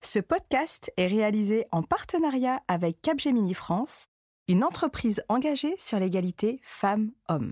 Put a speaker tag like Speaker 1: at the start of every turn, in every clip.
Speaker 1: Ce podcast est réalisé en partenariat avec Capgemini France, une entreprise engagée sur l'égalité femmes-hommes.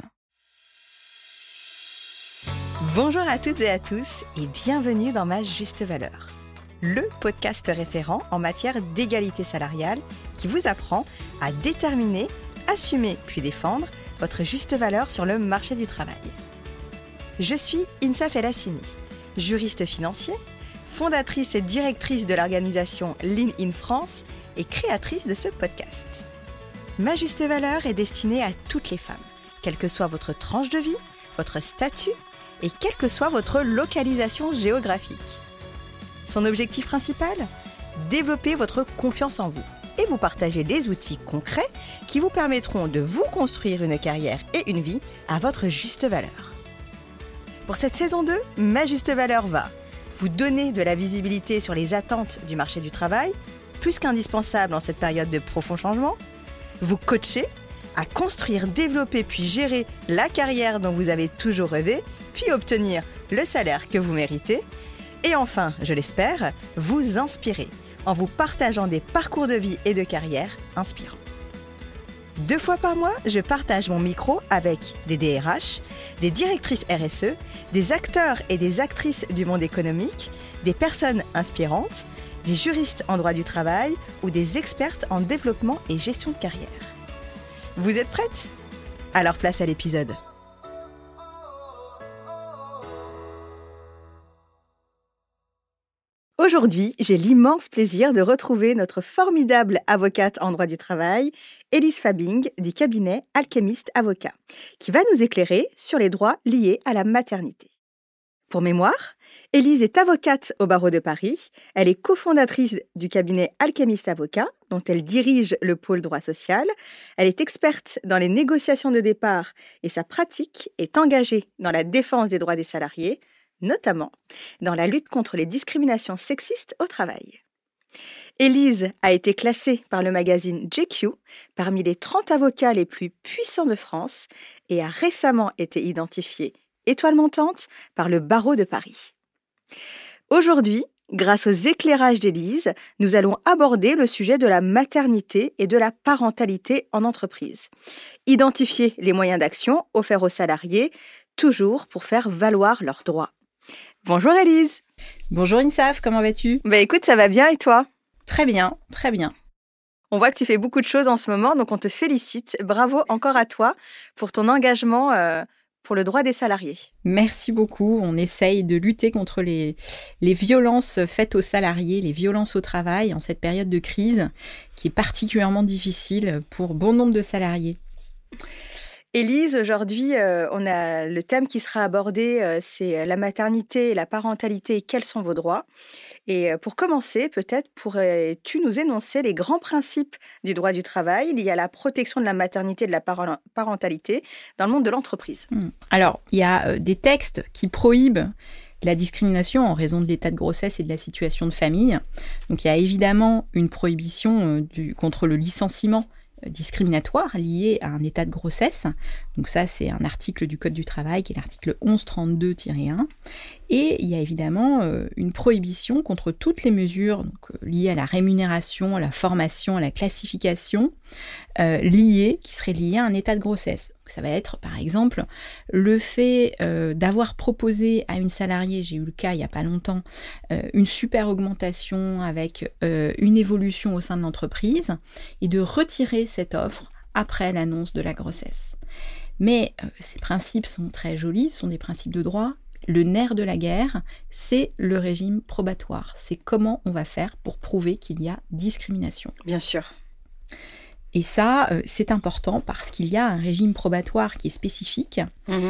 Speaker 1: Bonjour à toutes et à tous et bienvenue dans Ma Juste Valeur, le podcast référent en matière d'égalité salariale qui vous apprend à déterminer, assumer puis défendre votre juste valeur sur le marché du travail. Je suis Insaf El Hassini, juriste financier, fondatrice et directrice de l'organisation Lean in France et créatrice de ce podcast. Ma Juste Valeur est destinée à toutes les femmes, quelle que soit votre tranche de vie, votre statut et quelle que soit votre localisation géographique. Son objectif principal ? Développer votre confiance en vous et vous partager des outils concrets qui vous permettront de vous construire une carrière et une vie à votre juste valeur. Pour cette saison 2, Ma Juste Valeur va vous donner de la visibilité sur les attentes du marché du travail, plus qu'indispensable en cette période de profond changement, vous coacher à construire, développer puis gérer la carrière dont vous avez toujours rêvé, puis obtenir le salaire que vous méritez, et enfin, je l'espère, vous inspirer en vous partageant des parcours de vie et de carrière inspirants. 2 fois par mois, je partage mon micro avec des DRH, des directrices RSE, des acteurs et des actrices du monde économique, des personnes inspirantes, des juristes en droit du travail ou des expertes en développement et gestion de carrière. Vous êtes prêtes ? Alors place à l'épisode. Aujourd'hui, j'ai l'immense plaisir de retrouver notre formidable avocate en droit du travail, Élise Fabing, du cabinet Alchemist Avocat, qui va nous éclairer sur les droits liés à la maternité. Pour mémoire, Élise est avocate au barreau de Paris, elle est cofondatrice du cabinet Alchemist Avocat, dont elle dirige le pôle droit social, elle est experte dans les négociations de départ et sa pratique est engagée dans la défense des droits des salariés, notamment dans la lutte contre les discriminations sexistes au travail. Élise a été classée par le magazine GQ parmi les 30 avocats les plus puissants de France et a récemment été identifiée étoile montante par le barreau de Paris. Aujourd'hui, grâce aux éclairages d'Élise, nous allons aborder le sujet de la maternité et de la parentalité en entreprise. Identifier les moyens d'action offerts aux salariés, toujours pour faire valoir leurs droits. Bonjour Élise.
Speaker 2: Bonjour Insaf, comment vas-tu ?
Speaker 1: Écoute, ça va bien et toi ?
Speaker 2: Très bien, très bien.
Speaker 1: On voit que tu fais beaucoup de choses en ce moment, donc on te félicite. Bravo encore à toi pour ton engagement pour le droit des salariés.
Speaker 2: Merci beaucoup. On essaye de lutter contre les violences faites aux salariés, les violences au travail en cette période de crise qui est particulièrement difficile pour bon nombre de salariés.
Speaker 1: Élise, aujourd'hui, on a le thème qui sera abordé, c'est la maternité et la parentalité et quels sont vos droits. Et pour commencer, peut-être pourrais-tu nous énoncer les grands principes du droit du travail liés à la protection de la maternité et de la parentalité dans le monde de l'entreprise.
Speaker 2: Alors, il y a des textes qui prohibent la discrimination en raison de l'état de grossesse et de la situation de famille. Donc, il y a évidemment une prohibition contre le licenciement discriminatoire lié à un état de grossesse. Donc ça, c'est un article du Code du travail qui est l'article 1132-1. Et il y a évidemment une prohibition contre toutes les mesures liées à la rémunération, à la formation, à la classification, qui seraient liées à un état de grossesse. Ça va être, par exemple, le fait d'avoir proposé à une salariée, j'ai eu le cas il n'y a pas longtemps, une super augmentation avec une évolution au sein de l'entreprise et de retirer cette offre après l'annonce de la grossesse. Mais ces principes sont très jolis, ce sont des principes de droit. Le nerf de la guerre, c'est le régime probatoire. C'est comment on va faire pour prouver qu'il y a discrimination.
Speaker 1: Bien sûr.
Speaker 2: Et ça, c'est important parce qu'il y a un régime probatoire qui est spécifique,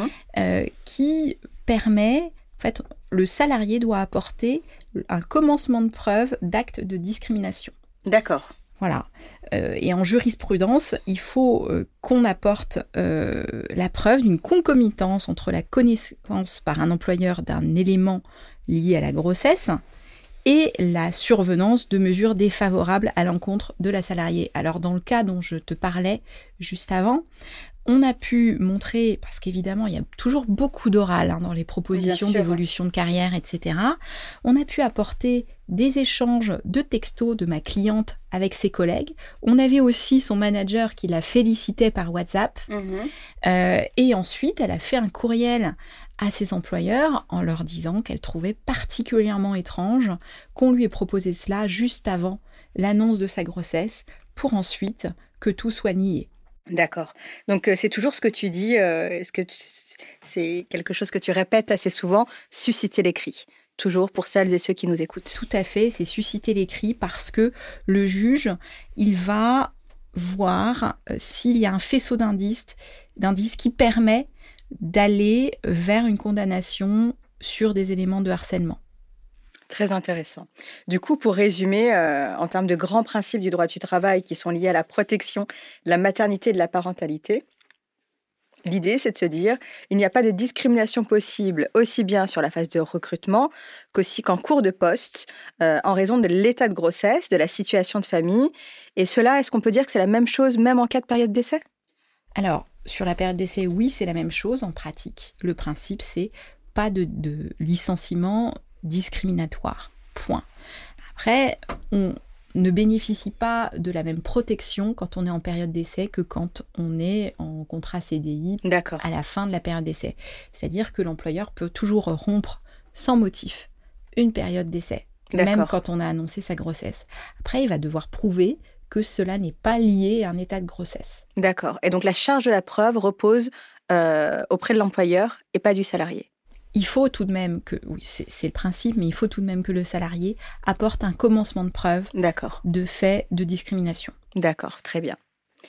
Speaker 2: qui permet, en fait, le salarié doit apporter un commencement de preuve d'acte de discrimination.
Speaker 1: D'accord.
Speaker 2: Voilà. Et en jurisprudence, il faut qu'on apporte la preuve d'une concomitance entre la connaissance par un employeur d'un élément lié à la grossesse et la survenance de mesures défavorables à l'encontre de la salariée. Alors, dans le cas dont je te parlais juste avant, on a pu montrer, parce qu'évidemment, il y a toujours beaucoup d'oral dans les propositions d'évolution de carrière, etc. On a pu apporter des échanges de textos de ma cliente avec ses collègues. On avait aussi son manager qui la félicitait par WhatsApp. Et ensuite, elle a fait un courriel à ses employeurs en leur disant qu'elle trouvait particulièrement étrange qu'on lui ait proposé cela juste avant l'annonce de sa grossesse pour ensuite que tout soit nié.
Speaker 1: D'accord. Donc, c'est toujours ce que tu dis, c'est quelque chose que tu répètes assez souvent, susciter les cris. Toujours pour celles et ceux qui nous écoutent.
Speaker 2: Tout à fait, c'est susciter les cris parce que le juge, il va voir s'il y a un faisceau d'indices qui permet d'aller vers une condamnation sur des éléments de harcèlement.
Speaker 1: Très intéressant. Du coup, pour résumer, en termes de grands principes du droit du travail qui sont liés à la protection de la maternité et de la parentalité, l'idée, c'est de se dire il n'y a pas de discrimination possible aussi bien sur la phase de recrutement qu'aussi qu'en cours de poste, en raison de l'état de grossesse, de la situation de famille. Et cela, est-ce qu'on peut dire que c'est la même chose même en cas de période d'essai ?
Speaker 2: Alors, sur la période d'essai, oui, c'est la même chose en pratique. Le principe, c'est pas de licenciement discriminatoire. Point. Après, on ne bénéficie pas de la même protection quand on est en période d'essai que quand on est en contrat CDI à la fin de la période d'essai. C'est-à-dire que l'employeur peut toujours rompre sans motif une période d'essai, même quand on a annoncé sa grossesse. Après, il va devoir prouver que cela n'est pas lié à un état de grossesse.
Speaker 1: D'accord. Et donc la charge de la preuve repose auprès de l'employeur et pas du salarié.
Speaker 2: Il faut tout de même que, oui, c'est le principe, mais il faut tout de même que le salarié apporte un commencement de preuve de fait de discrimination.
Speaker 1: D'accord, très bien.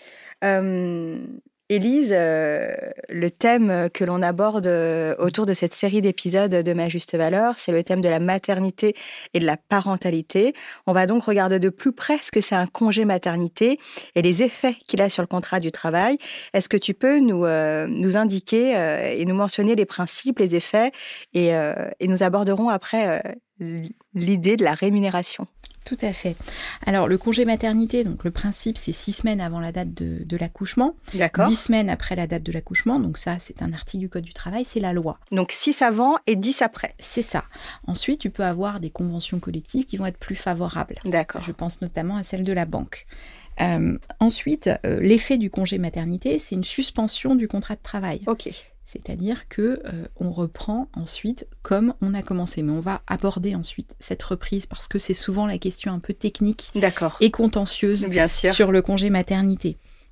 Speaker 1: Élise, le thème que l'on aborde autour de cette série d'épisodes de Ma Juste Valeur, c'est le thème de la maternité et de la parentalité. On va donc regarder de plus près ce que c'est un congé maternité et les effets qu'il a sur le contrat du travail. Est-ce que tu peux nous indiquer et nous mentionner les principes, les effets et nous aborderons après l'idée de la rémunération.
Speaker 2: Tout à fait. Alors, le congé maternité, donc le principe, c'est 6 semaines avant la date de l'accouchement.
Speaker 1: D'accord.
Speaker 2: 10 semaines après la date de l'accouchement. Donc ça, c'est un article du Code du travail, c'est la loi.
Speaker 1: Donc 6 avant et 10 après.
Speaker 2: C'est ça. Ensuite, tu peux avoir des conventions collectives qui vont être plus favorables.
Speaker 1: D'accord.
Speaker 2: Je pense notamment à celle de la banque. Ensuite, l'effet du congé maternité, c'est une suspension du contrat de travail.
Speaker 1: Ok.
Speaker 2: C'est-à-dire que on reprend ensuite comme on a commencé. Mais on va aborder ensuite cette reprise parce que c'est souvent la question un peu technique et contentieuse sur le congé maternité.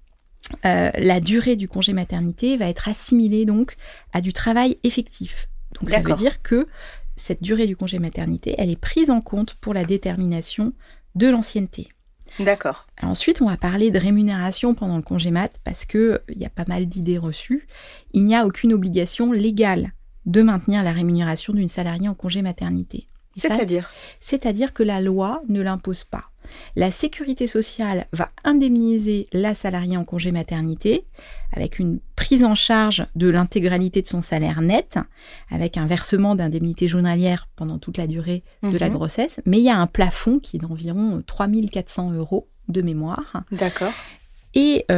Speaker 2: La durée du congé maternité va être assimilée donc à du travail effectif. Donc ça veut dire que cette durée du congé maternité, elle est prise en compte pour la détermination de l'ancienneté.
Speaker 1: D'accord.
Speaker 2: Ensuite, on va parler de rémunération pendant le congé mat parce qu'il y a pas mal d'idées reçues. Il n'y a aucune obligation légale de maintenir la rémunération d'une salariée en congé maternité. C'est-à-dire que la loi ne l'impose pas. La sécurité sociale va indemniser la salariée en congé maternité avec une prise en charge de l'intégralité de son salaire net, avec un versement d'indemnité journalière pendant toute la durée de la grossesse. Mais il y a un plafond qui est d'environ 3 400 € de mémoire.
Speaker 1: D'accord.
Speaker 2: Et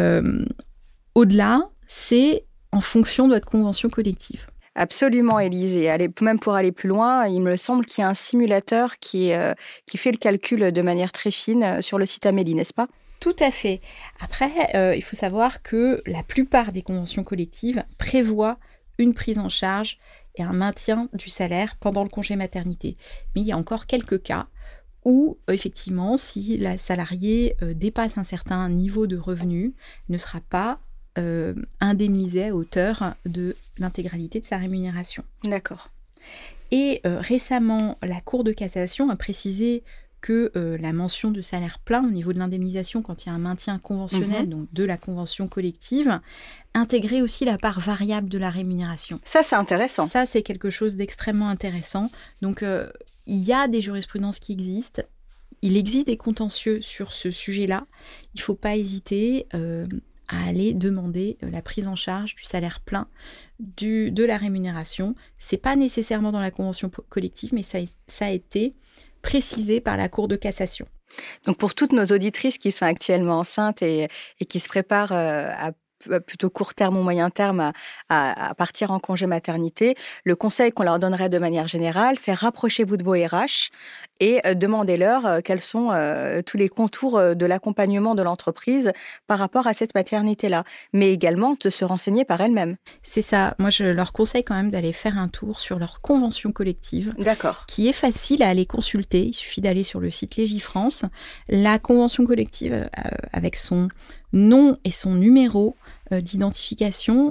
Speaker 2: au-delà, c'est en fonction de votre convention collective.
Speaker 1: Absolument, Élise. Et même pour aller plus loin, il me semble qu'il y a un simulateur qui fait le calcul de manière très fine sur le site Amélie, n'est-ce pas ?
Speaker 2: Tout à fait. Après, il faut savoir que la plupart des conventions collectives prévoient une prise en charge et un maintien du salaire pendant le congé maternité. Mais il y a encore quelques cas où, effectivement, si la salariée dépasse un certain niveau de revenu, ne sera pas indemnisée à hauteur de l'intégralité de sa rémunération.
Speaker 1: D'accord.
Speaker 2: Et récemment, la Cour de cassation a précisé que la mention de salaire plein au niveau de l'indemnisation quand il y a un maintien conventionnel, donc de la convention collective, intégrait aussi la part variable de la rémunération.
Speaker 1: Ça, c'est intéressant.
Speaker 2: Ça, c'est quelque chose d'extrêmement intéressant. Donc, il y a des jurisprudences qui existent. Il existe des contentieux sur ce sujet-là. Il ne faut pas hésiter à aller demander la prise en charge du salaire plein de la rémunération. Ce n'est pas nécessairement dans la convention collective, mais ça a été précisé par la Cour de cassation.
Speaker 1: Donc pour toutes nos auditrices qui sont actuellement enceintes et qui se préparent à plutôt court terme ou moyen terme à partir en congé maternité, le conseil qu'on leur donnerait de manière générale, c'est rapprochez-vous de vos RH et demandez-leur quels sont tous les contours de l'accompagnement de l'entreprise par rapport à cette maternité-là, mais également de se renseigner par elles-mêmes.
Speaker 2: C'est ça. Moi, je leur conseille quand même d'aller faire un tour sur leur convention collective.
Speaker 1: D'accord.
Speaker 2: Qui est facile à aller consulter. Il suffit d'aller sur le site Légifrance. La convention collective, avec son nom et son numéro d'identification,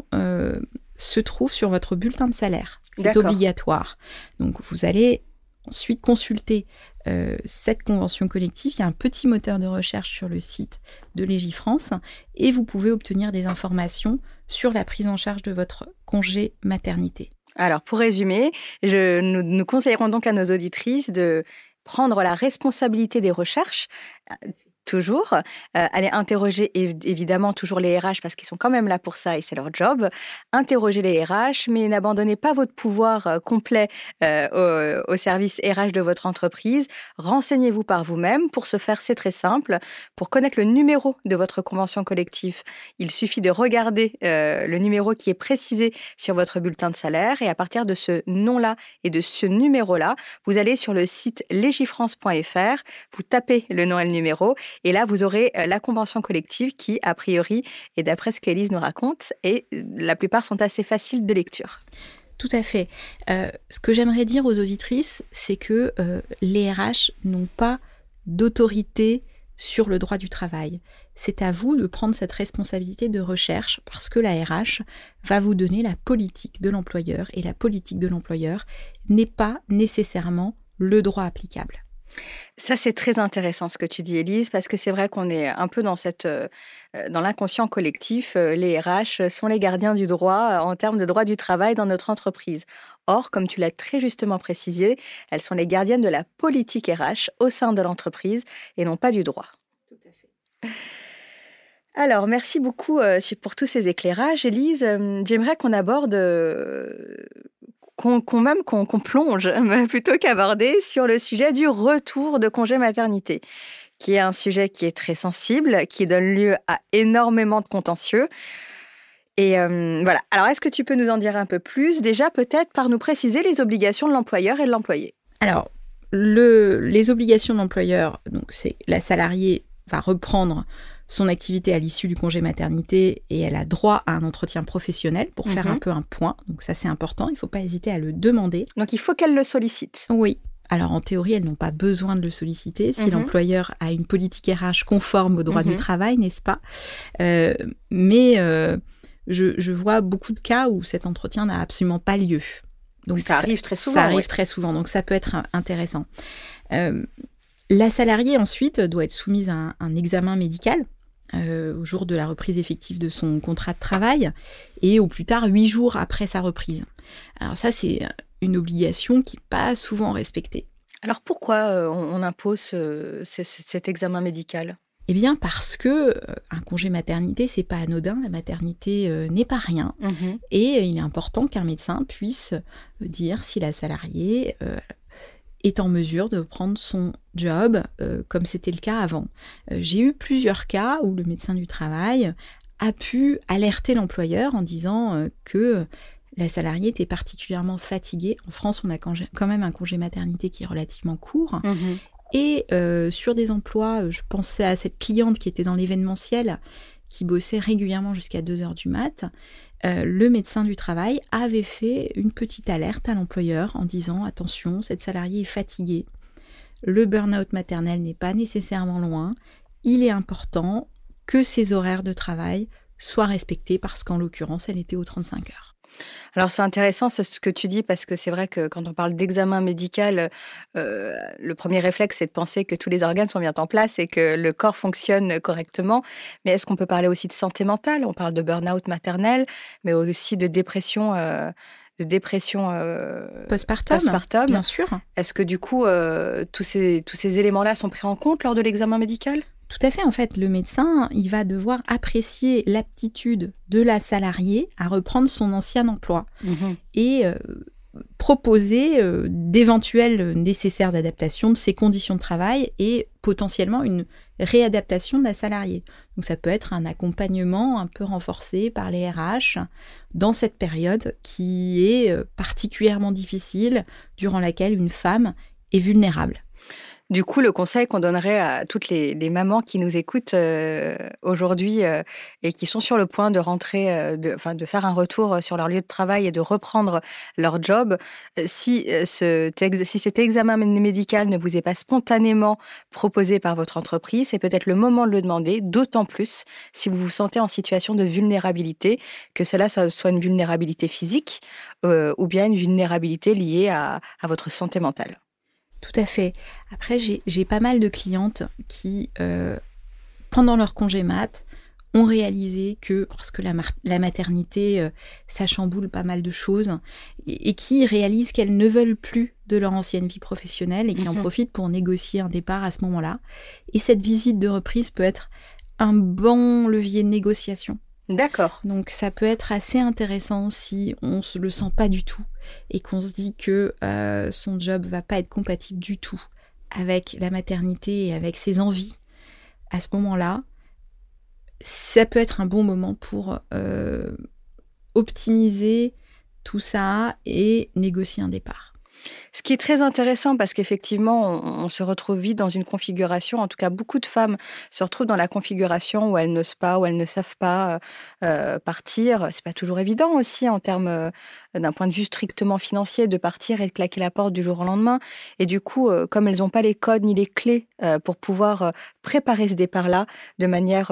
Speaker 2: se trouve sur votre bulletin de salaire. C'est
Speaker 1: D'accord.
Speaker 2: obligatoire. Donc, vous allez ensuite consulter cette convention collective. Il y a un petit moteur de recherche sur le site de Légifrance et vous pouvez obtenir des informations sur la prise en charge de votre congé maternité.
Speaker 1: Alors, pour résumer, nous conseillerons donc à nos auditrices de prendre la responsabilité des recherches, toujours, aller interroger évidemment toujours les RH parce qu'ils sont quand même là pour ça et c'est leur job. Interrogez les RH, mais n'abandonnez pas votre pouvoir complet au service RH de votre entreprise. Renseignez-vous par vous-même. Pour ce faire, c'est très simple. Pour connaître le numéro de votre convention collective, il suffit de regarder le numéro qui est précisé sur votre bulletin de salaire et à partir de ce nom-là et de ce numéro-là, vous allez sur le site legifrance.fr, vous tapez le nom et le numéro. Et là, vous aurez la convention collective qui, a priori, et d'après ce qu'Élise nous raconte, et la plupart sont assez faciles de lecture.
Speaker 2: Tout à fait. Ce que j'aimerais dire aux auditrices, c'est que les RH n'ont pas d'autorité sur le droit du travail. C'est à vous de prendre cette responsabilité de recherche parce que la RH va vous donner la politique de l'employeur et la politique de l'employeur n'est pas nécessairement le droit applicable.
Speaker 1: Ça, c'est très intéressant ce que tu dis, Élise, parce que c'est vrai qu'on est un peu dans l'inconscient collectif. Les RH sont les gardiens du droit en termes de droit du travail dans notre entreprise. Or, comme tu l'as très justement précisé, elles sont les gardiennes de la politique RH au sein de l'entreprise et non pas du droit. Tout à fait. Alors, merci beaucoup pour tous ces éclairages. Élise, j'aimerais qu'on aborde... qu'on plonge plutôt qu'aborder sur le sujet du retour de congé maternité, qui est un sujet qui est très sensible, qui donne lieu à énormément de contentieux. Et voilà. Alors, est-ce que tu peux nous en dire un peu plus, déjà peut-être par nous préciser les obligations de l'employeur et de l'employé ?
Speaker 2: Alors, les obligations de l'employeur, donc c'est la salariée va reprendre son activité à l'issue du congé maternité et elle a droit à un entretien professionnel pour faire un peu un point. Donc ça, c'est important. Il ne faut pas hésiter à le demander.
Speaker 1: Donc, il faut qu'elle le sollicite.
Speaker 2: Oui. Alors, en théorie, elles n'ont pas besoin de le solliciter si l'employeur a une politique RH conforme au droit du travail, n'est-ce pas ? Mais je vois beaucoup de cas où cet entretien n'a absolument pas lieu. Donc,
Speaker 1: ça arrive très souvent.
Speaker 2: Ça arrive très souvent. Donc, ça peut être intéressant. La salariée, ensuite, doit être soumise à un examen médical au jour de la reprise effective de son contrat de travail et au plus tard 8 jours après sa reprise. Alors ça, c'est une obligation qui n'est pas souvent respectée.
Speaker 1: Alors pourquoi on impose cet examen médical ?
Speaker 2: Eh bien parce que un congé maternité, c'est pas anodin. La maternité n'est pas rien. Et il est important qu'un médecin puisse dire si la salariée est en mesure de prendre son job comme c'était le cas avant. J'ai eu plusieurs cas où le médecin du travail a pu alerter l'employeur en disant que la salariée était particulièrement fatiguée. En France, on a quand même un congé maternité qui est relativement court. Et sur des emplois, je pensais à cette cliente qui était dans l'événementiel, qui bossait régulièrement jusqu'à 2h du mat'. Le médecin du travail avait fait une petite alerte à l'employeur en disant « Attention, cette salariée est fatiguée. Le burn-out maternel n'est pas nécessairement loin. Il est important que ses horaires de travail soient respectés parce qu'en l'occurrence, elle était aux 35 heures. »
Speaker 1: Alors, c'est intéressant ce que tu dis parce que c'est vrai que quand on parle d'examen médical, le premier réflexe, c'est de penser que tous les organes sont bien en place et que le corps fonctionne correctement. Mais est-ce qu'on peut parler aussi de santé mentale ? On parle de burn-out maternel, mais aussi de dépression postpartum.
Speaker 2: Bien sûr.
Speaker 1: Est-ce que du coup, tous ces éléments-là sont pris en compte lors de l'examen médical ?
Speaker 2: Tout à fait. En fait, le médecin, il va devoir apprécier l'aptitude de la salariée à reprendre son ancien emploi et proposer d'éventuelles nécessaires adaptations de ses conditions de travail et potentiellement une réadaptation de la salariée. Donc ça peut être un accompagnement un peu renforcé par les RH dans cette période qui est particulièrement difficile, durant laquelle une femme est vulnérable.
Speaker 1: Du coup, le conseil qu'on donnerait à toutes les mamans qui nous écoutent aujourd'hui et qui sont sur le point de rentrer, de faire un retour sur leur lieu de travail et de reprendre leur job, si cet examen médical ne vous est pas spontanément proposé par votre entreprise, c'est peut-être le moment de le demander, d'autant plus si vous vous sentez en situation de vulnérabilité, que cela soit une vulnérabilité physique ou bien une vulnérabilité liée à votre santé mentale.
Speaker 2: Tout à fait. Après, j'ai pas mal de clientes qui, pendant leur congé mat, ont réalisé que, parce que la maternité, ça chamboule pas mal de choses, et qui réalisent qu'elles ne veulent plus de leur ancienne vie professionnelle et qui en profitent pour négocier un départ à ce moment-là. Et cette visite de reprise peut être un bon levier de négociation.
Speaker 1: D'accord.
Speaker 2: Donc ça peut être assez intéressant si on se le sent pas du tout et qu'on se dit que son job va pas être compatible du tout avec la maternité et avec ses envies. À ce moment-là, ça peut être un bon moment pour optimiser tout ça et négocier un départ.
Speaker 1: Ce qui est très intéressant parce qu'effectivement, on se retrouve vite dans une configuration, en tout cas beaucoup de femmes se retrouvent dans la configuration où elles n'osent pas, où elles ne savent pas partir. C'est pas toujours évident aussi en termes d'un point de vue strictement financier de partir et de claquer la porte du jour au lendemain. Et du coup, comme elles n'ont pas les codes ni les clés pour pouvoir préparer ce départ-là de manière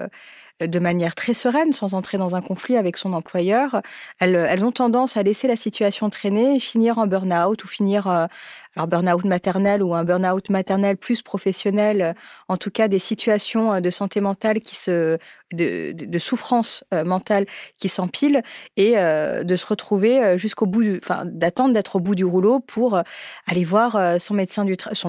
Speaker 1: très sereine, sans entrer dans un conflit avec son employeur, elles ont tendance à laisser la situation traîner et finir en burn-out ou finir alors burn-out maternel ou un burn-out maternel plus professionnel, en tout cas des situations de santé mentale de souffrance mentale qui s'empilent et de se retrouver jusqu'au bout, d'attendre d'être au bout du rouleau pour aller voir son médecin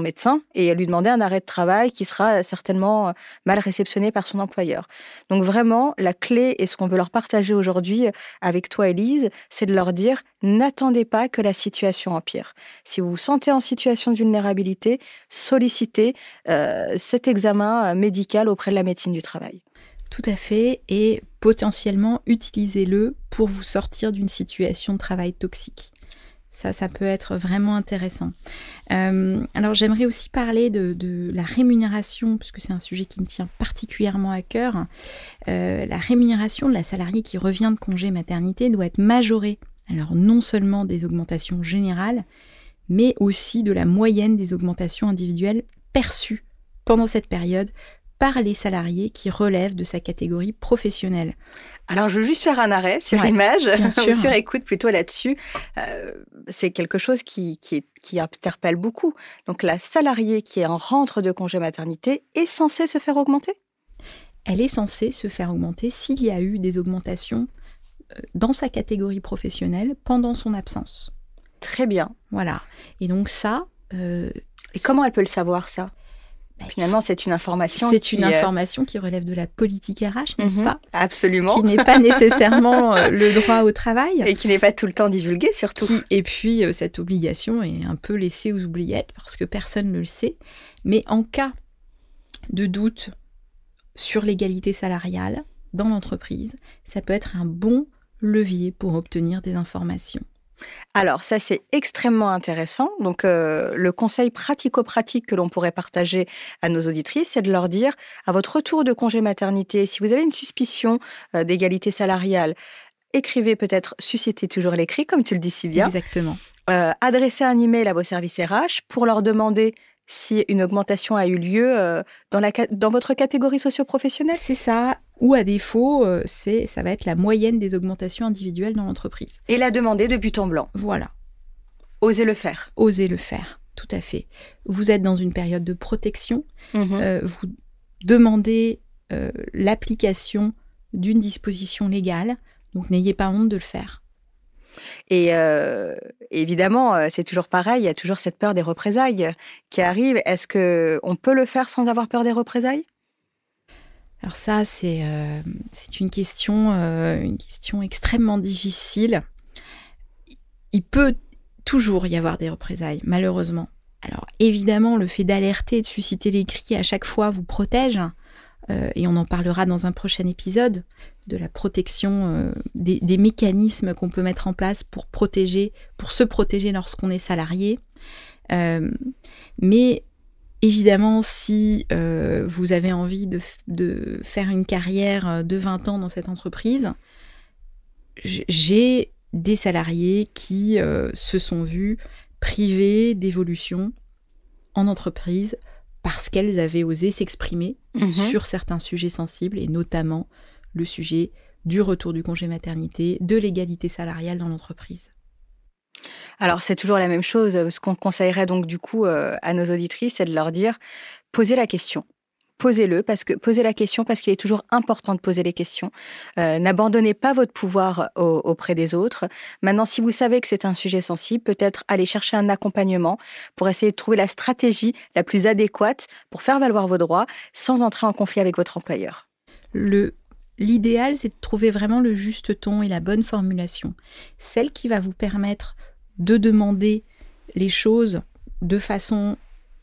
Speaker 1: et lui demander un arrêt de travail qui sera certainement mal réceptionné par son employeur. Donc vraiment, la clé et ce qu'on veut leur partager aujourd'hui avec toi, Élise, c'est de leur dire n'attendez pas que la situation empire. Si vous vous sentez en situation de vulnérabilité, sollicitez cet examen médical auprès de la médecine du travail.
Speaker 2: Tout à fait, et potentiellement utilisez-le pour vous sortir d'une situation de travail toxique. Ça peut être vraiment intéressant. Alors j'aimerais aussi parler de la rémunération, puisque c'est un sujet qui me tient particulièrement à cœur. La rémunération de la salariée qui revient de congé maternité doit être majorée. Alors non seulement des augmentations générales, mais aussi de la moyenne des augmentations individuelles perçues pendant cette période par les salariés qui relèvent de sa catégorie professionnelle.
Speaker 1: Alors, je veux juste faire un arrêt sur l'image, ou sur écoute plutôt là-dessus. C'est quelque chose qui interpelle beaucoup. Donc, la salariée qui est en rentre de congé maternité est censée se faire augmenter ?
Speaker 2: Elle est censée se faire augmenter s'il y a eu des augmentations dans sa catégorie professionnelle pendant son absence.
Speaker 1: Très bien.
Speaker 2: Voilà. Et donc ça...
Speaker 1: Et comment elle peut le savoir, ça ? Finalement, c'est une information
Speaker 2: information qui relève de la politique RH, n'est-ce pas ?
Speaker 1: Absolument.
Speaker 2: Qui n'est pas nécessairement le droit au travail.
Speaker 1: Et qui n'est pas tout le temps divulgué, surtout.
Speaker 2: Et puis, cette obligation est un peu laissée aux oubliettes parce que personne ne le sait. Mais en cas de doute sur l'égalité salariale dans l'entreprise, ça peut être un bon levier pour obtenir des informations.
Speaker 1: Alors ça, c'est extrêmement intéressant. Donc le conseil pratico-pratique que l'on pourrait partager à nos auditrices, c'est de leur dire, à votre retour de congé maternité, si vous avez une suspicion d'égalité salariale, écrivez peut-être, suscitez toujours l'écrit, comme tu le dis si bien.
Speaker 2: Exactement.
Speaker 1: Adressez un email à vos services RH pour leur demander si une augmentation a eu lieu dans votre catégorie socio-professionnelle.
Speaker 2: C'est ça. Ou à défaut, ça va être la moyenne des augmentations individuelles dans l'entreprise.
Speaker 1: Et la demander de but en blanc.
Speaker 2: Voilà.
Speaker 1: Osez le faire.
Speaker 2: Osez le faire, tout à fait. Vous êtes dans une période de protection. Vous demandez l'application d'une disposition légale. Donc n'ayez pas honte de le faire.
Speaker 1: Et évidemment, c'est toujours pareil, il y a toujours cette peur des représailles qui arrive. Est-ce qu'on peut le faire sans avoir peur des représailles ?
Speaker 2: Alors ça, c'est une question extrêmement difficile. Il peut toujours y avoir des représailles, malheureusement. Alors évidemment, le fait d'alerter et de susciter les cris à chaque fois vous protège, et on en parlera dans un prochain épisode, de la protection, des mécanismes qu'on peut mettre en place pour se protéger lorsqu'on est salarié. Mais évidemment, si vous avez envie de faire une carrière de 20 ans dans cette entreprise, j'ai des salariés qui se sont vus privés d'évolution en entreprise parce qu'elles avaient osé s'exprimer sur certains sujets sensibles, et notamment le sujet du retour du congé maternité, de l'égalité salariale dans l'entreprise.
Speaker 1: Alors, c'est toujours la même chose. Ce qu'on conseillerait donc du coup à nos auditrices, c'est de leur dire, posez la question. Posez la question parce qu'il est toujours important de poser les questions. N'abandonnez pas votre pouvoir auprès des autres. Maintenant, si vous savez que c'est un sujet sensible, peut-être aller chercher un accompagnement pour essayer de trouver la stratégie la plus adéquate pour faire valoir vos droits sans entrer en conflit avec votre employeur.
Speaker 2: L'idéal, c'est de trouver vraiment le juste ton et la bonne formulation. Celle qui va vous permettre de demander les choses de façon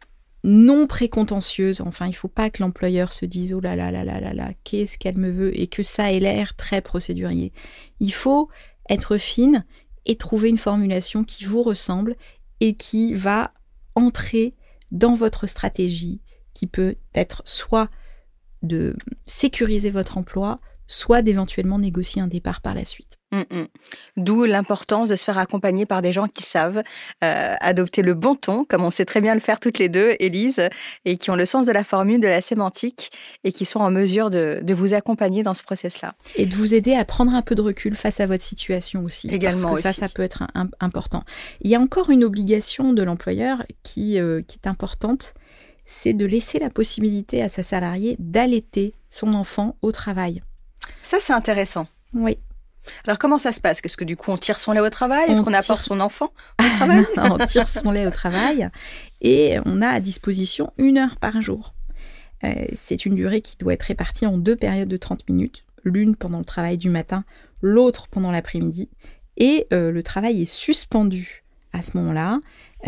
Speaker 2: non précontentieuse. Enfin, il ne faut pas que l'employeur se dise « Oh là là là là là là, qu'est-ce qu'elle me veut ?» et que ça ait l'air très procédurier. Il faut être fine et trouver une formulation qui vous ressemble et qui va entrer dans votre stratégie, qui peut être soit de sécuriser votre emploi, soit d'éventuellement négocier un départ par la suite.
Speaker 1: D'où l'importance de se faire accompagner par des gens qui savent adopter le bon ton, comme on sait très bien le faire toutes les deux, Élise, et qui ont le sens de la formule, de la sémantique, et qui sont en mesure de vous accompagner dans ce process-là.
Speaker 2: Et de vous aider à prendre un peu de recul face à votre situation aussi.
Speaker 1: Également
Speaker 2: parce que ça peut être important. Il y a encore une obligation de l'employeur qui est importante, c'est de laisser la possibilité à sa salariée d'allaiter son enfant au travail.
Speaker 1: Ça, c'est intéressant.
Speaker 2: Oui.
Speaker 1: Alors, comment ça se passe ? Est-ce que du coup, on tire son lait au travail ? Est-ce qu'on apporte son enfant au travail ?
Speaker 2: On tire son lait au travail et on a à disposition 1 heure par jour. C'est une durée qui doit être répartie en 2 périodes de 30 minutes, l'une pendant le travail du matin, l'autre pendant l'après-midi. Et le travail est suspendu à ce moment-là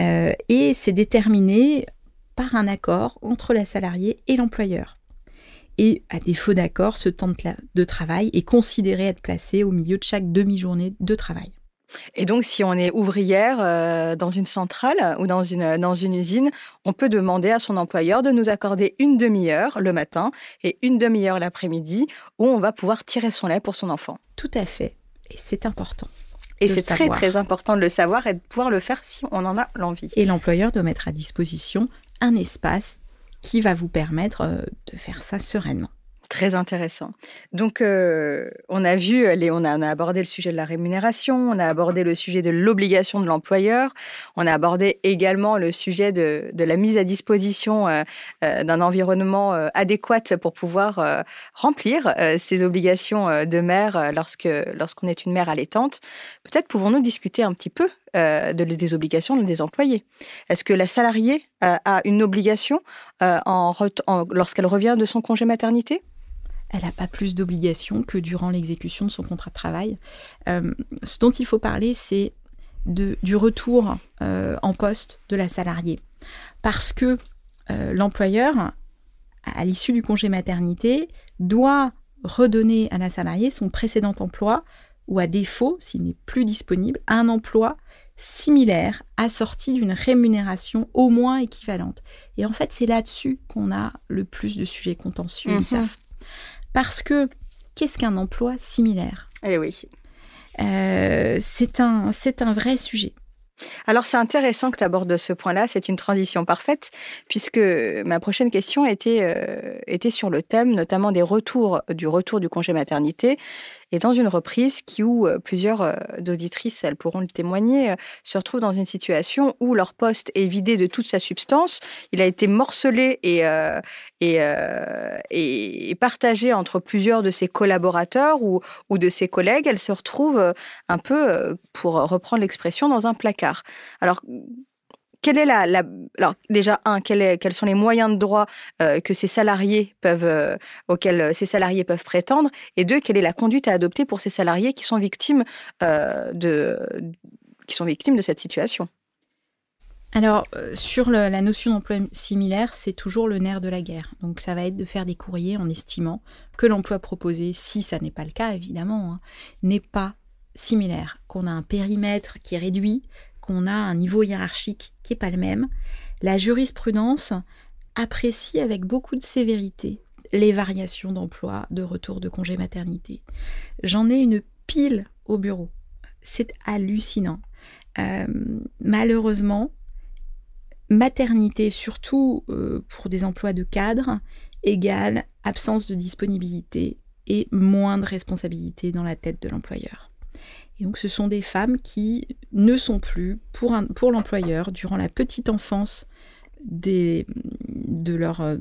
Speaker 2: et c'est déterminé par un accord entre la salariée et l'employeur. Et à défaut d'accord, ce temps de travail est considéré être placé au milieu de chaque demi-journée de travail.
Speaker 1: Et donc, si on est ouvrière dans une centrale ou dans une usine, on peut demander à son employeur de nous accorder 1 demi-heure le matin et 1 demi-heure l'après-midi où on va pouvoir tirer son lait pour son enfant.
Speaker 2: Tout à fait. Et c'est important.
Speaker 1: Et c'est très, très important de le savoir et de pouvoir le faire si on en a l'envie.
Speaker 2: Et l'employeur doit mettre à disposition un espace qui va vous permettre de faire ça sereinement.
Speaker 1: Très intéressant. Donc, on a abordé le sujet de la rémunération, on a abordé le sujet de l'obligation de l'employeur, on a abordé également le sujet de la mise à disposition d'un environnement adéquat pour pouvoir remplir ces obligations de mère lorsqu'on est une mère allaitante. Peut-être pouvons-nous discuter un petit peu des obligations des employés. Est-ce que la salariée a une obligation lorsqu'elle revient de son congé maternité ?
Speaker 2: Elle n'a pas plus d'obligations que durant l'exécution de son contrat de travail. Ce dont il faut parler, c'est du retour en poste de la salariée. Parce que l'employeur, à l'issue du congé maternité, doit redonner à la salariée son précédent emploi ou à défaut, s'il n'est plus disponible, un emploi similaire assorti d'une rémunération au moins équivalente. Et en fait, c'est là-dessus qu'on a le plus de sujets contentieux, UNICEF. Parce que, qu'est-ce qu'un emploi similaire ?
Speaker 1: Eh oui.
Speaker 2: C'est un vrai sujet.
Speaker 1: Alors, c'est intéressant que tu abordes ce point-là, c'est une transition parfaite, puisque ma prochaine question était sur le thème, notamment du retour du congé maternité, et dans une reprise où plusieurs d'auditrices, elles pourront le témoigner, se retrouvent dans une situation où leur poste est vidé de toute sa substance, il a été morcelé et partagé entre plusieurs de ses collaborateurs ou de ses collègues. Elles se retrouvent un peu, pour reprendre l'expression, dans un placard. Alors, quelle est alors déjà, quels sont les moyens de droit que ces salariés auxquels ces salariés peuvent prétendre, et 2, quelle est la conduite à adopter pour ces salariés qui sont victimes de cette situation ?
Speaker 2: Alors, sur la notion d'emploi similaire, c'est toujours le nerf de la guerre. Donc, ça va être de faire des courriers en estimant que l'emploi proposé, si ça n'est pas le cas, évidemment, n'est pas similaire, qu'on a un périmètre qui est réduit, qu'on a un niveau hiérarchique qui n'est pas le même. La jurisprudence apprécie avec beaucoup de sévérité les variations d'emploi, de retour de congé maternité. J'en ai une pile au bureau. C'est hallucinant. Malheureusement, maternité, surtout pour des emplois de cadre, égale absence de disponibilité et moins de responsabilité dans la tête de l'employeur. Et donc, ce sont des femmes qui ne sont plus, pour l'employeur, durant la petite enfance de leur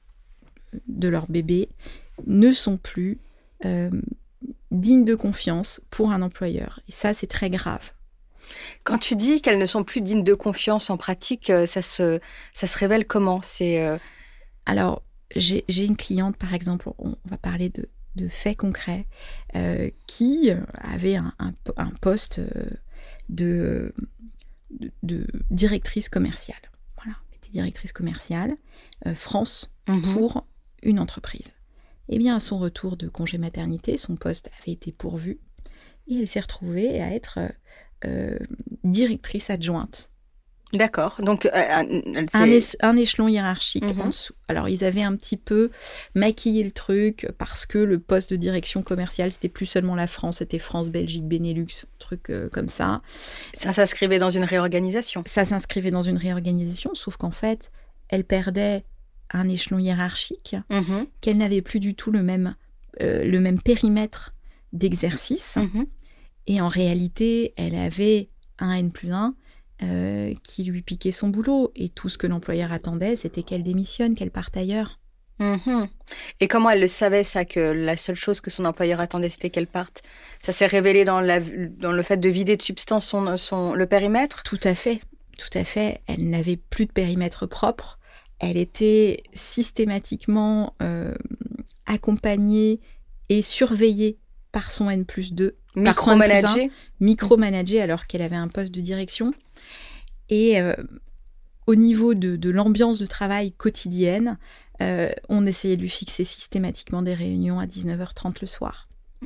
Speaker 2: bébé, ne sont plus dignes de confiance pour un employeur. Et ça, c'est très grave.
Speaker 1: Quand tu dis qu'elles ne sont plus dignes de confiance en pratique, ça se révèle comment ?
Speaker 2: Alors, j'ai une cliente, par exemple, on va parler de faits concrets, qui avait un poste de directrice commerciale. Voilà, elle était directrice commerciale France pour une entreprise. Eh bien, à son retour de congé maternité, son poste avait été pourvu et elle s'est retrouvée à être directrice adjointe.
Speaker 1: D'accord. Donc,
Speaker 2: un échelon hiérarchique en dessous. Alors, ils avaient un petit peu maquillé le truc parce que le poste de direction commerciale, c'était plus seulement la France, c'était France, Belgique, Benelux, truc comme ça.
Speaker 1: Ça s'inscrivait dans une réorganisation.
Speaker 2: Ça s'inscrivait dans une réorganisation, sauf qu'en fait, elle perdait un échelon hiérarchique, qu'elle n'avait plus du tout le même périmètre d'exercice. Et en réalité, elle avait un N+1 qui lui piquait son boulot. Et tout ce que l'employeur attendait, c'était qu'elle démissionne, qu'elle parte ailleurs.
Speaker 1: Et comment elle le savait, ça, que la seule chose que son employeur attendait, c'était qu'elle parte ? Ça s'est révélé dans le fait de vider de substance le périmètre ?
Speaker 2: Tout à fait. Elle n'avait plus de périmètre propre. Elle était systématiquement accompagnée et surveillée par son N+2. Micromanagée alors qu'elle avait un poste de direction. Et au niveau de l'ambiance de travail quotidienne, on essayait de lui fixer systématiquement des réunions à 19h30 le soir.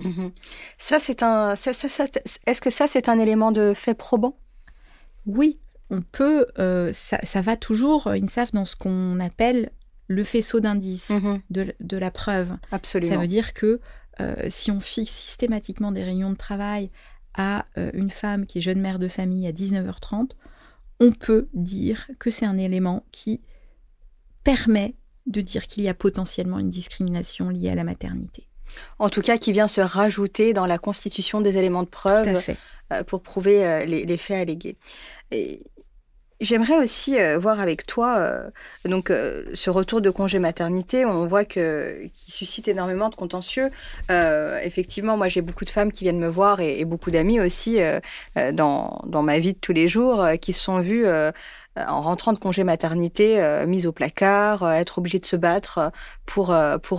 Speaker 1: Est-ce que ça, c'est un élément de fait probant ?
Speaker 2: Oui, on peut. Ça va toujours, INSAF, dans ce qu'on appelle le faisceau d'indices de la preuve.
Speaker 1: Absolument.
Speaker 2: Ça veut dire que si on fixe systématiquement des réunions de travail à une femme qui est jeune mère de famille à 19h30, on peut dire que c'est un élément qui permet de dire qu'il y a potentiellement une discrimination liée à la maternité.
Speaker 1: En tout cas, qui vient se rajouter dans la constitution des éléments de preuve pour prouver les faits allégués. Et j'aimerais aussi voir avec toi ce retour de congé maternité. On voit qui suscite énormément de contentieux. Effectivement, moi, j'ai beaucoup de femmes qui viennent me voir et beaucoup d'amis aussi dans ma vie de tous les jours qui se sont vues en rentrant de congé maternité mises au placard, être obligées de se battre pour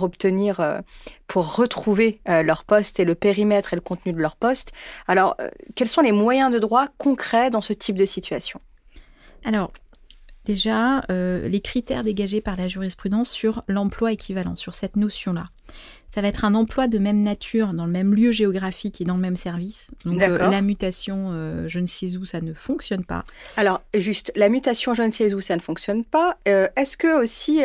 Speaker 1: retrouver leur poste et le périmètre et le contenu de leur poste. Alors, quels sont les moyens de droit concrets dans ce type de situation ?
Speaker 2: Alors, déjà, les critères dégagés par la jurisprudence sur l'emploi équivalent, sur cette notion-là. Ça va être un emploi de même nature, dans le même lieu géographique et dans le même service. Donc, la mutation, je ne sais où, ça ne fonctionne pas.
Speaker 1: Alors, juste, la mutation, je ne sais où, ça ne fonctionne pas. Est-ce que aussi...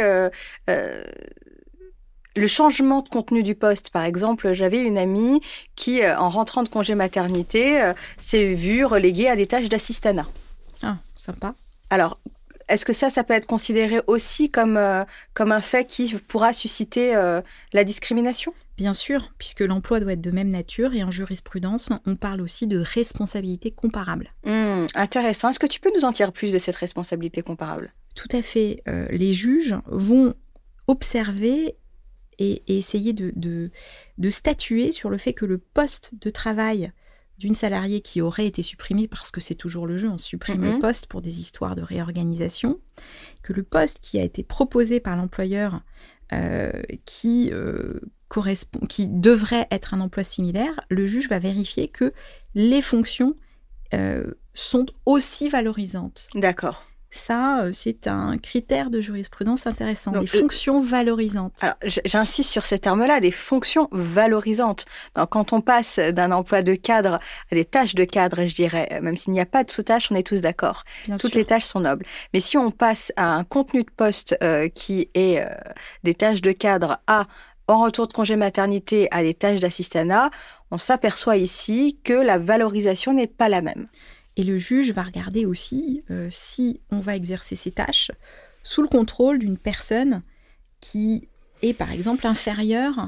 Speaker 1: le changement de contenu du poste, par exemple, j'avais une amie qui, en rentrant de congé maternité, s'est vue reléguée à des tâches d'assistanat.
Speaker 2: Ah, sympa.
Speaker 1: Alors, est-ce que ça peut être considéré aussi comme un fait qui pourra susciter la discrimination ?
Speaker 2: Bien sûr, puisque l'emploi doit être de même nature et en jurisprudence, on parle aussi de responsabilité comparable.
Speaker 1: Intéressant. Est-ce que tu peux nous en dire plus de cette responsabilité comparable ?
Speaker 2: Tout à fait. Les juges vont observer et essayer de statuer sur le fait que le poste de travail d'une salariée qui aurait été supprimée, parce que c'est toujours le jeu, on supprime le poste pour des histoires de réorganisation, que le poste qui a été proposé par l'employeur qui devrait être un emploi similaire, le juge va vérifier que les fonctions sont aussi valorisantes.
Speaker 1: D'accord.
Speaker 2: Ça, c'est un critère de jurisprudence intéressant,
Speaker 1: Donc,
Speaker 2: des fonctions valorisantes.
Speaker 1: Alors, j'insiste sur ces termes-là, des fonctions valorisantes. Donc, quand on passe d'un emploi de cadre à des tâches de cadre, je dirais, même s'il n'y a pas de sous-tâches, on est tous d'accord.
Speaker 2: Bien
Speaker 1: Toutes
Speaker 2: sûr.
Speaker 1: les tâches sont nobles. Mais si on passe à un contenu de poste qui est des tâches de cadre en retour de congé maternité, à des tâches d'assistanat, on s'aperçoit ici que la valorisation n'est pas la même.
Speaker 2: Et le juge va regarder aussi si on va exercer ces tâches sous le contrôle d'une personne qui est, par exemple, inférieure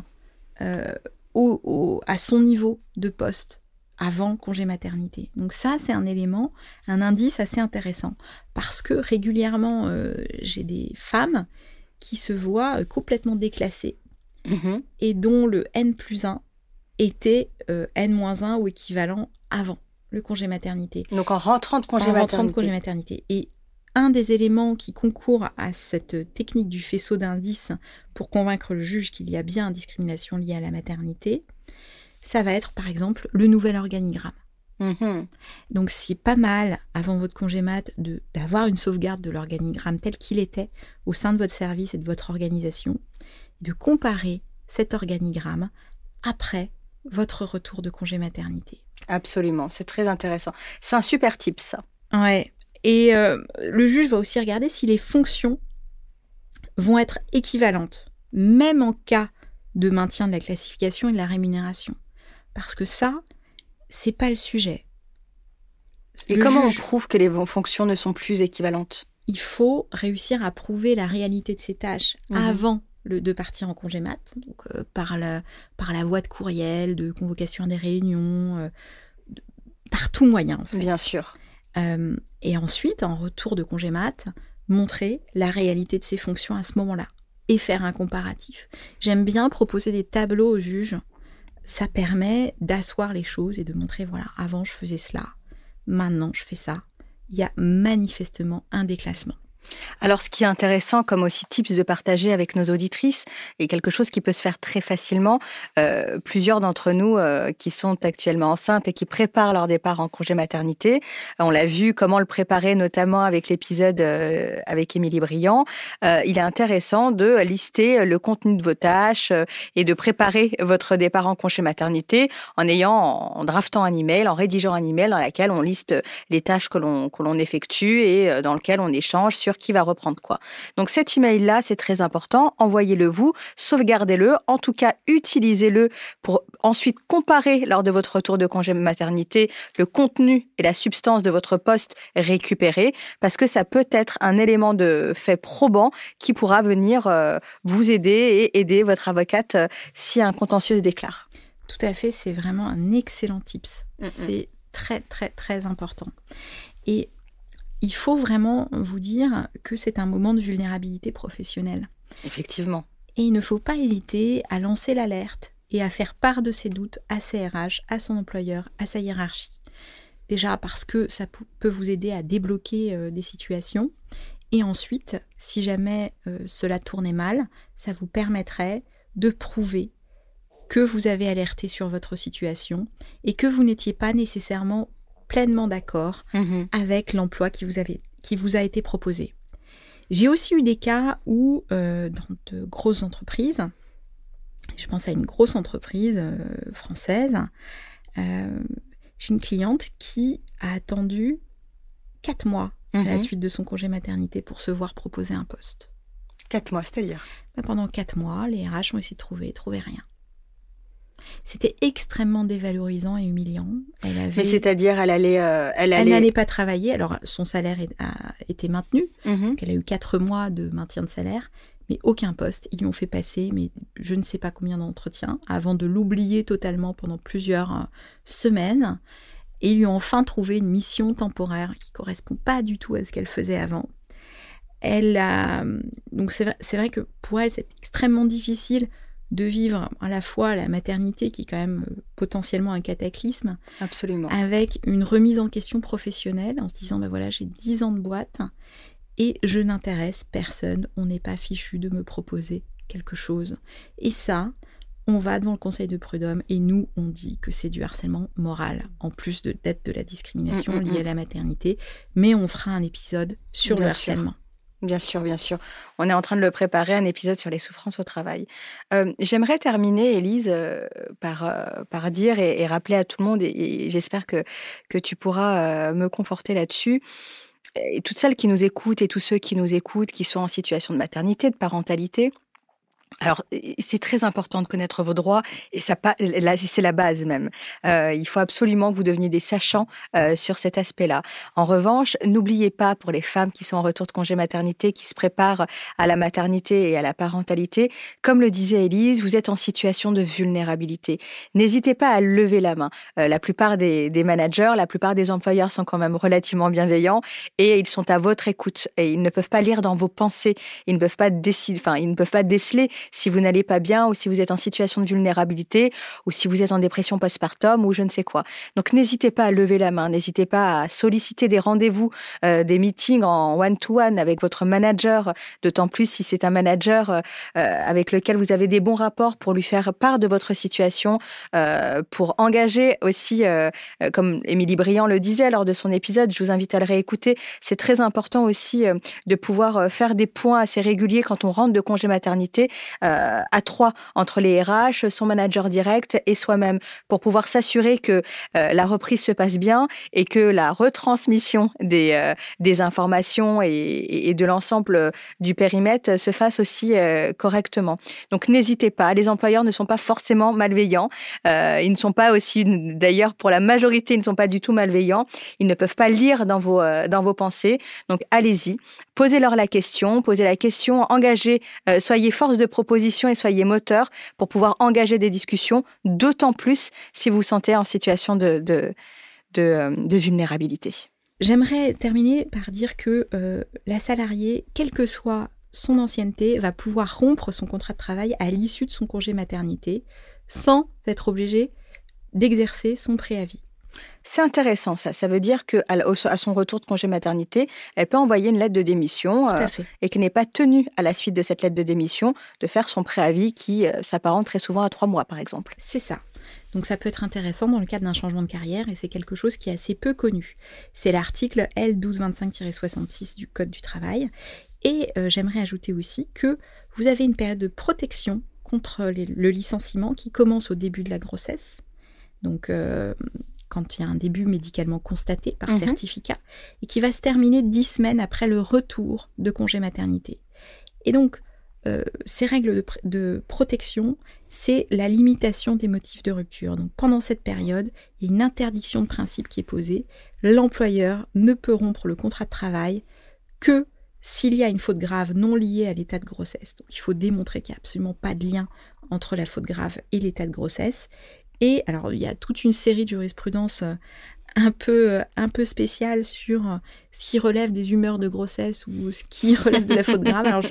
Speaker 2: à son niveau de poste avant congé maternité. Donc ça, c'est un élément, un indice assez intéressant. Parce que régulièrement, j'ai des femmes qui se voient complètement déclassées et dont le N+1 était N-1 ou équivalent avant le congé maternité.
Speaker 1: Donc en rentrant de congé
Speaker 2: maternité. Et un des éléments qui concourt à cette technique du faisceau d'indices pour convaincre le juge qu'il y a bien discrimination liée à la maternité, ça va être par exemple le nouvel organigramme. Donc c'est pas mal, avant votre congé mat, d'avoir une sauvegarde de l'organigramme tel qu'il était au sein de votre service et de votre organisation, et de comparer cet organigramme après votre retour de congé maternité.
Speaker 1: Absolument, c'est très intéressant. C'est un super tip, ça.
Speaker 2: Ouais. Et le juge va aussi regarder si les fonctions vont être équivalentes, même en cas de maintien de la classification et de la rémunération. Parce que ça, c'est pas le sujet.
Speaker 1: Et comment on prouve que les fonctions ne sont plus équivalentes ?
Speaker 2: Il faut réussir à prouver la réalité de ces tâches avant de partir en congé mat, donc par la voie de courriel, de convocation à des réunions, par tout moyen en fait.
Speaker 1: Bien sûr.
Speaker 2: Et ensuite, en retour de congé mat, montrer la réalité de ces fonctions à ce moment-là et faire un comparatif. J'aime bien proposer des tableaux au juge. Ça permet d'asseoir les choses et de montrer, voilà, avant je faisais cela, maintenant je fais ça. Il y a manifestement un déclassement.
Speaker 1: Alors, ce qui est intéressant, comme aussi tips de partager avec nos auditrices, et quelque chose qui peut se faire très facilement, plusieurs d'entre nous qui sont actuellement enceintes et qui préparent leur départ en congé maternité, on l'a vu comment le préparer, notamment avec l'épisode avec Émilie Briand. Il est intéressant de lister le contenu de vos tâches et de préparer votre départ en congé maternité en draftant un email, en rédigeant un email dans lequel on liste les tâches que l'on effectue et dans lequel on échange sur qui va reprendre quoi. Donc cet email-là, c'est très important. Envoyez-le vous, sauvegardez-le. En tout cas, utilisez-le pour ensuite comparer lors de votre retour de congé maternité le contenu et la substance de votre poste récupéré, parce que ça peut être un élément de fait probant qui pourra venir vous aider et aider votre avocate si un contentieux se déclare.
Speaker 2: Tout à fait, c'est vraiment un excellent tips. C'est très, très, très important. Et il faut vraiment vous dire que c'est un moment de vulnérabilité professionnelle.
Speaker 1: Effectivement.
Speaker 2: Et il ne faut pas hésiter à lancer l'alerte et à faire part de ses doutes à ses RH, à son employeur, à sa hiérarchie. Déjà parce que ça peut vous aider à débloquer des situations. Et ensuite, si jamais cela tournait mal, ça vous permettrait de prouver que vous avez alerté sur votre situation et que vous n'étiez pas nécessairement pleinement d'accord avec l'emploi qui vous a été proposé. J'ai aussi eu des cas où, dans de grosses entreprises, je pense à une grosse entreprise française, j'ai une cliente qui a attendu 4 mois à la suite de son congé maternité pour se voir proposer un poste.
Speaker 1: 4 mois, c'est-à-dire ?
Speaker 2: Pendant 4 mois, les RH ont essayé de trouver rien. C'était extrêmement dévalorisant et humiliant.
Speaker 1: Mais c'est-à-dire, elle
Speaker 2: n'allait pas travailler. Alors, son salaire a été maintenu. Donc elle a eu 4 mois de maintien de salaire, mais aucun poste. Ils lui ont fait passer, mais je ne sais pas combien d'entretiens, avant de l'oublier totalement pendant plusieurs semaines. Et ils lui ont enfin trouvé une mission temporaire qui ne correspond pas du tout à ce qu'elle faisait avant. Donc c'est vrai que pour elle, c'est extrêmement difficile de vivre à la fois la maternité, qui est quand même potentiellement un cataclysme,
Speaker 1: absolument,
Speaker 2: avec une remise en question professionnelle, en se disant, voilà, j'ai 10 ans de boîte et je n'intéresse personne, on n'est pas fichu de me proposer quelque chose. Et ça, on va devant le conseil de prud'homme et nous, on dit que c'est du harcèlement moral, en plus d'être de la discrimination liée à la maternité. Mais on fera un épisode sur le harcèlement.
Speaker 1: Bien sûr, bien sûr. On est en train de le préparer, un épisode sur les souffrances au travail. J'aimerais terminer, Élise, par dire et rappeler à tout le monde, et j'espère que tu pourras me conforter là-dessus. Et toutes celles qui nous écoutent et tous ceux qui nous écoutent, qui sont en situation de maternité, de parentalité, alors, c'est très important de connaître vos droits et ça, là, c'est la base même. Il faut absolument que vous deveniez des sachants sur cet aspect-là. En revanche, n'oubliez pas pour les femmes qui sont en retour de congé maternité, qui se préparent à la maternité et à la parentalité, comme le disait Élise, vous êtes en situation de vulnérabilité. N'hésitez pas à lever la main. La plupart des managers, la plupart des employeurs sont quand même relativement bienveillants et ils sont à votre écoute. Et ils ne peuvent pas lire dans vos pensées, ils ne peuvent pas déceler si vous n'allez pas bien ou si vous êtes en situation de vulnérabilité ou si vous êtes en dépression postpartum ou je ne sais quoi. Donc, n'hésitez pas à lever la main, n'hésitez pas à solliciter des rendez-vous, des meetings en one-to-one avec votre manager, d'autant plus si c'est un manager avec lequel vous avez des bons rapports pour lui faire part de votre situation, pour engager aussi, comme Émilie Briand le disait lors de son épisode, je vous invite à le réécouter, c'est très important aussi de pouvoir faire des points assez réguliers quand on rentre de congé maternité, à 3 entre les RH, son manager direct et soi-même pour pouvoir s'assurer que la reprise se passe bien et que la retransmission des informations et de l'ensemble du périmètre se fasse aussi correctement. Donc n'hésitez pas, les employeurs ne sont pas forcément malveillants, ils ne sont pas aussi, d'ailleurs pour la majorité, ils ne sont pas du tout malveillants, ils ne peuvent pas lire dans vos pensées, donc allez-y, posez-leur la question, engagez, soyez force de proposition et soyez moteur pour pouvoir engager des discussions, d'autant plus si vous vous sentez en situation de vulnérabilité.
Speaker 2: J'aimerais terminer par dire que la salariée, quelle que soit son ancienneté, va pouvoir rompre son contrat de travail à l'issue de son congé maternité sans être obligée d'exercer son préavis.
Speaker 1: C'est intéressant ça. Ça veut dire qu'à son retour de congé maternité, elle peut envoyer une lettre de démission et qu'elle n'est pas tenue à la suite de cette lettre de démission de faire son préavis qui s'apparente très souvent à 3 mois par exemple.
Speaker 2: C'est ça. Donc ça peut être intéressant dans le cadre d'un changement de carrière et c'est quelque chose qui est assez peu connu. C'est l'article L1225-66 du Code du travail. Et j'aimerais ajouter aussi que vous avez une période de protection contre le licenciement qui commence au début de la grossesse. Donc quand il y a un début médicalement constaté par certificat, et qui va se terminer 10 semaines après le retour de congé maternité. Et donc, ces règles de protection, c'est la limitation des motifs de rupture. Donc, pendant cette période, il y a une interdiction de principe qui est posée. L'employeur ne peut rompre le contrat de travail que s'il y a une faute grave non liée à l'état de grossesse. Donc, il faut démontrer qu'il n'y a absolument pas de lien entre la faute grave et l'état de grossesse. Et alors, il y a toute une série de jurisprudences un peu spéciales sur ce qui relève des humeurs de grossesse ou ce qui relève de la faute grave. Alors,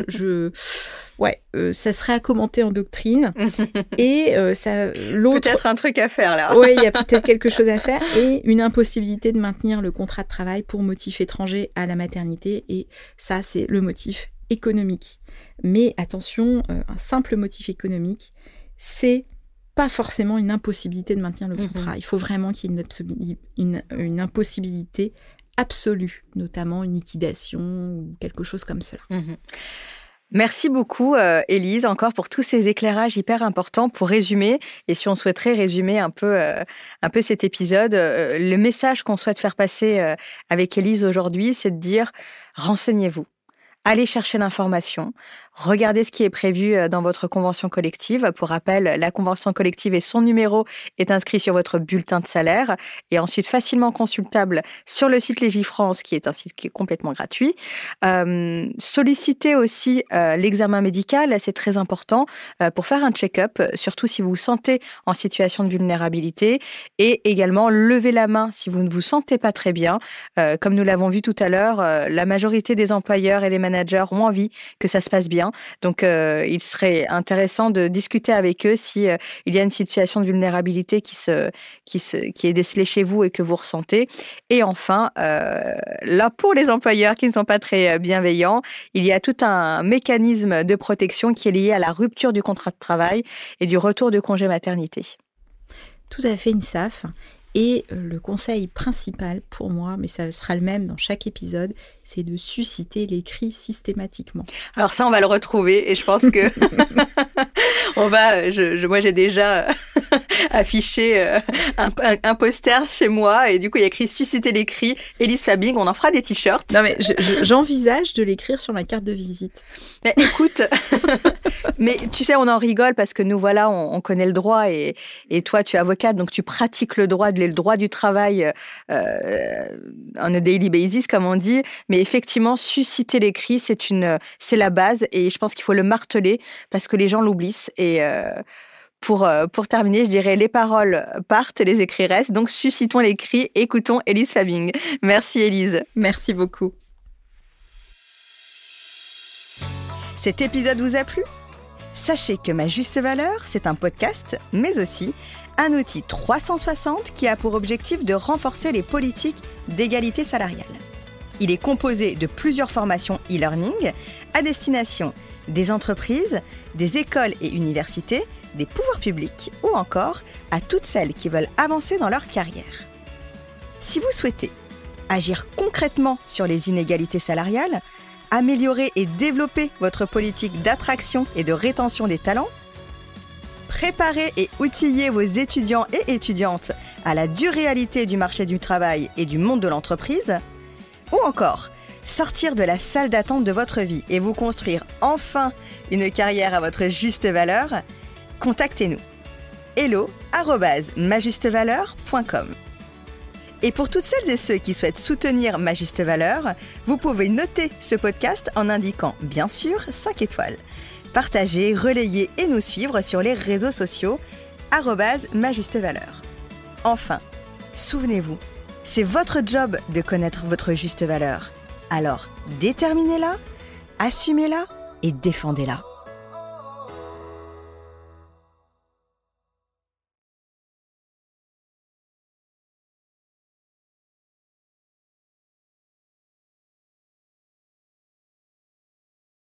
Speaker 2: ça serait à commenter en doctrine. Et
Speaker 1: peut-être un truc à faire, là.
Speaker 2: Oui, il y a peut-être quelque chose à faire. Et une impossibilité de maintenir le contrat de travail pour motif étranger à la maternité. Et ça, c'est le motif économique. Mais attention, un simple motif économique, c'est pas forcément une impossibilité de maintenir le contrat. Il faut vraiment qu'il y ait une impossibilité absolue, notamment une liquidation ou quelque chose comme cela.
Speaker 1: Merci beaucoup, Élise, encore pour tous ces éclairages hyper importants pour résumer. Et si on souhaiterait résumer un peu cet épisode, le message qu'on souhaite faire passer avec Élise aujourd'hui, c'est de dire « renseignez-vous ». Allez chercher l'information, regardez ce qui est prévu dans votre convention collective. Pour rappel, la convention collective et son numéro est inscrit sur votre bulletin de salaire et ensuite facilement consultable sur le site Légifrance, qui est un site qui est complètement gratuit. Sollicitez aussi l'examen médical, c'est très important pour faire un check-up, surtout si vous vous sentez en situation de vulnérabilité, et également levez la main si vous ne vous sentez pas très bien. Comme nous l'avons vu tout à l'heure, la majorité des employeurs et des managers ont envie que ça se passe bien. bien. Donc, il serait intéressant de discuter avec eux si il y a une situation de vulnérabilité qui est décelée chez vous et que vous ressentez. Et enfin, là, pour les employeurs qui ne sont pas très bienveillants, il y a tout un mécanisme de protection qui est lié à la rupture du contrat de travail et du retour de congé maternité.
Speaker 2: Tout à fait, Insaf. Et le conseil principal pour moi, mais ça sera le même dans chaque épisode, c'est de susciter les cris systématiquement.
Speaker 1: Alors ça, on va le retrouver et je pense que moi j'ai déjà affiché un poster chez moi et du coup il y a écrit susciter les cris, Élise Fabing, on en fera des t-shirts.
Speaker 2: Non mais j'envisage de l'écrire sur ma carte de visite.
Speaker 1: Mais écoute, mais tu sais, on en rigole parce que nous voilà, on connaît le droit et toi tu es avocate, donc tu pratiques le droit du travail on a daily basis comme on dit, mais effectivement susciter les cris c'est la base et je pense qu'il faut le marteler parce que les gens l'oublient et pour terminer, je dirais les paroles partent, les écrits restent, donc suscitons les cris, écoutons Élise Fabing. Merci Élise.
Speaker 2: Merci beaucoup.
Speaker 1: Cet épisode vous a plu ? Sachez que Ma Juste Valeur, c'est un podcast, mais aussi un outil 360 qui a pour objectif de renforcer les politiques d'égalité salariale. Il est composé de plusieurs formations e-learning à destination des entreprises, des écoles et universités, des pouvoirs publics ou encore à toutes celles qui veulent avancer dans leur carrière. Si vous souhaitez agir concrètement sur les inégalités salariales, améliorer et développer votre politique d'attraction et de rétention des talents, préparer et outiller vos étudiants et étudiantes à la dure réalité du marché du travail et du monde de l'entreprise, ou encore sortir de la salle d'attente de votre vie et vous construire enfin une carrière à votre juste valeur, contactez-nous. hello@majustevaleur.com. Et pour toutes celles et ceux qui souhaitent soutenir Ma Juste Valeur, vous pouvez noter ce podcast en indiquant, bien sûr, 5 étoiles. Partagez, relayez et nous suivre sur les réseaux sociaux @majustevaleur. Enfin, souvenez-vous, c'est votre job de connaître votre juste valeur. Alors, déterminez-la, assumez-la et défendez-la.